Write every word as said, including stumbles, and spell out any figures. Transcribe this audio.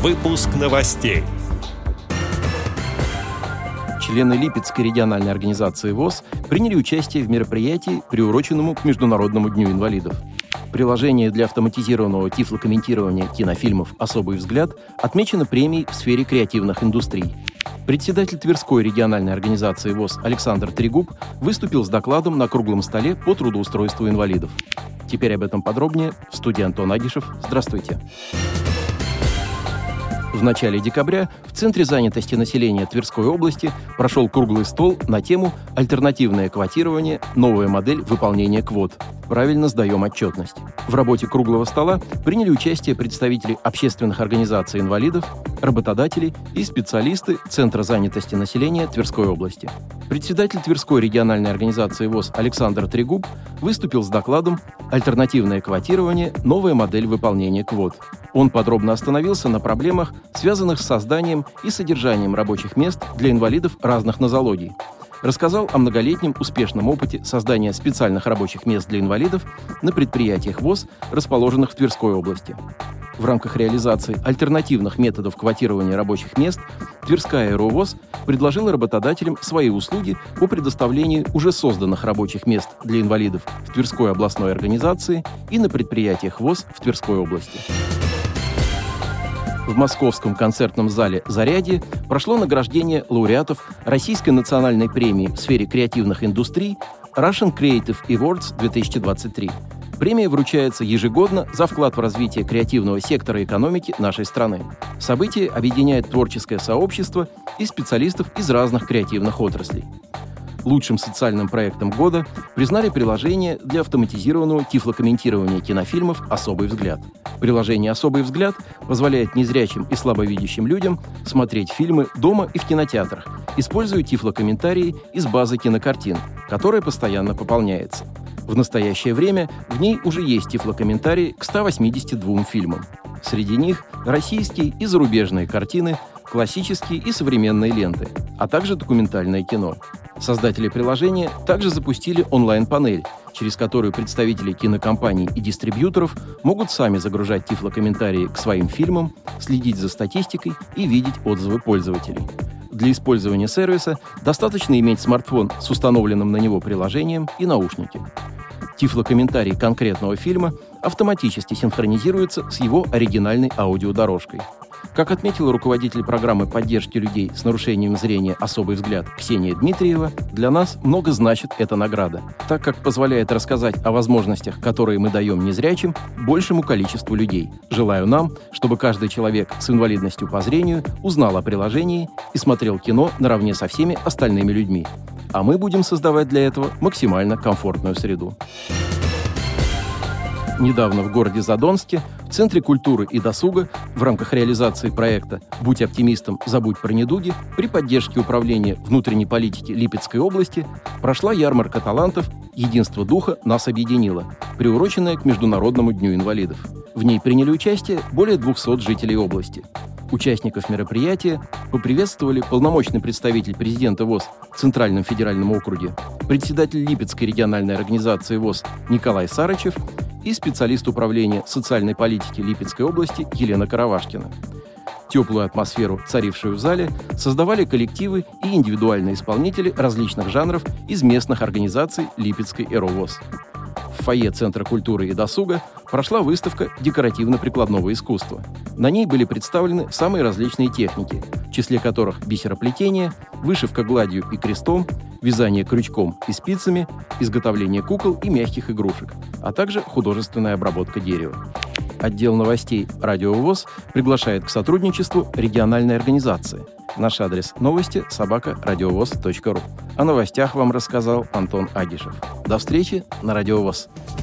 Выпуск новостей. Члены Липецкой региональной организации ВОС приняли участие в мероприятии, приуроченному к Международному дню инвалидов. Приложение для автоматизированного тифлокомментирования кинофильмов «Особый взгляд» отмечено премией в сфере креативных индустрий. Председатель Тверской региональной организации ВОС Александр Трегуб выступил с докладом на круглом столе по трудоустройству инвалидов. Теперь об этом подробнее. В студии Антон Агишев. Здравствуйте. В начале декабря в Центре занятости населения Тверской области прошел круглый стол на тему «Альтернативное квотирование. Новая модель выполнения квот. Правильно сдаем отчетность». В работе круглого стола приняли участие представители общественных организаций инвалидов, работодатели и специалисты Центра занятости населения Тверской области. Председатель Тверской региональной организации ВОС Александр Трегуб выступил с докладом «Альтернативное квотирование. Новая модель выполнения квот». Он подробно остановился на проблемах, связанных с созданием и содержанием рабочих мест для инвалидов разных нозологий. Рассказал о многолетнем успешном опыте создания специальных рабочих мест для инвалидов на предприятиях ВОС, расположенных в Тверской области. В рамках реализации альтернативных методов квотирования рабочих мест Тверская РОВОС предложила работодателям свои услуги по предоставлению уже созданных рабочих мест для инвалидов в Тверской областной организации и на предприятиях ВОС в Тверской области. В Московском концертном зале «Зарядье» прошло награждение лауреатов Российской национальной премии в сфере креативных индустрий Russian Creative Awards две тысячи двадцать три. Премия вручается ежегодно за вклад в развитие креативного сектора экономики нашей страны. Событие объединяет творческое сообщество и специалистов из разных креативных отраслей. Лучшим социальным проектом года признали приложение для автоматизированного тифлокомментирования кинофильмов «Особый взгляд». Приложение «Особый взгляд» позволяет незрячим и слабовидящим людям смотреть фильмы дома и в кинотеатрах, используя тифлокомментарии из базы кинокартин, которая постоянно пополняется. В настоящее время в ней уже есть тифлокомментарии к ста восьмидесяти двум фильмам. Среди них российские и зарубежные картины, классические и современные ленты, а также документальное кино. Создатели приложения также запустили онлайн-панель, через которую представители кинокомпаний и дистрибьюторов могут сами загружать тифлокомментарии к своим фильмам, следить за статистикой и видеть отзывы пользователей. Для использования сервиса достаточно иметь смартфон с установленным на него приложением и наушники. Тифлокомментарий конкретного фильма автоматически синхронизируется с его оригинальной аудиодорожкой. Как отметила руководитель программы поддержки людей с нарушением зрения «Особый взгляд» Ксения Дмитриева, для нас много значит эта награда, так как позволяет рассказать о возможностях, которые мы даем незрячим, большему количеству людей. Желаю нам, чтобы каждый человек с инвалидностью по зрению узнал о приложении и смотрел кино наравне со всеми остальными людьми. А мы будем создавать для этого максимально комфортную среду. Недавно в городе Задонске в Центре культуры и досуга в рамках реализации проекта «Будь оптимистом, забудь про недуги» при поддержке Управления внутренней политики Липецкой области прошла ярмарка талантов «Единство духа нас объединило», приуроченная к Международному дню инвалидов. В ней приняли участие более двухсот жителей области. Участников мероприятия поприветствовали полномочный представитель президента ВОС в Центральном федеральном округе, председатель Липецкой региональной организации ВОС Николай Сарычев и специалист управления социальной политики Липецкой области Елена Каравашкина. Теплую атмосферу, царившую в зале, создавали коллективы и индивидуальные исполнители различных жанров из местных организаций Липецкой РОВОС. В фойе Центра культуры и досуга прошла выставка декоративно-прикладного искусства. На ней были представлены самые различные техники, в числе которых бисероплетение, вышивка гладью и крестом, вязание крючком и спицами, изготовление кукол и мягких игрушек, а также художественная обработка дерева. Отдел новостей «Радио ВОС» приглашает к сотрудничеству региональной организации. Наш адрес новости собака радиовоз точка ру. О новостях вам рассказал Антон Агишев. До встречи на Радио ВОС.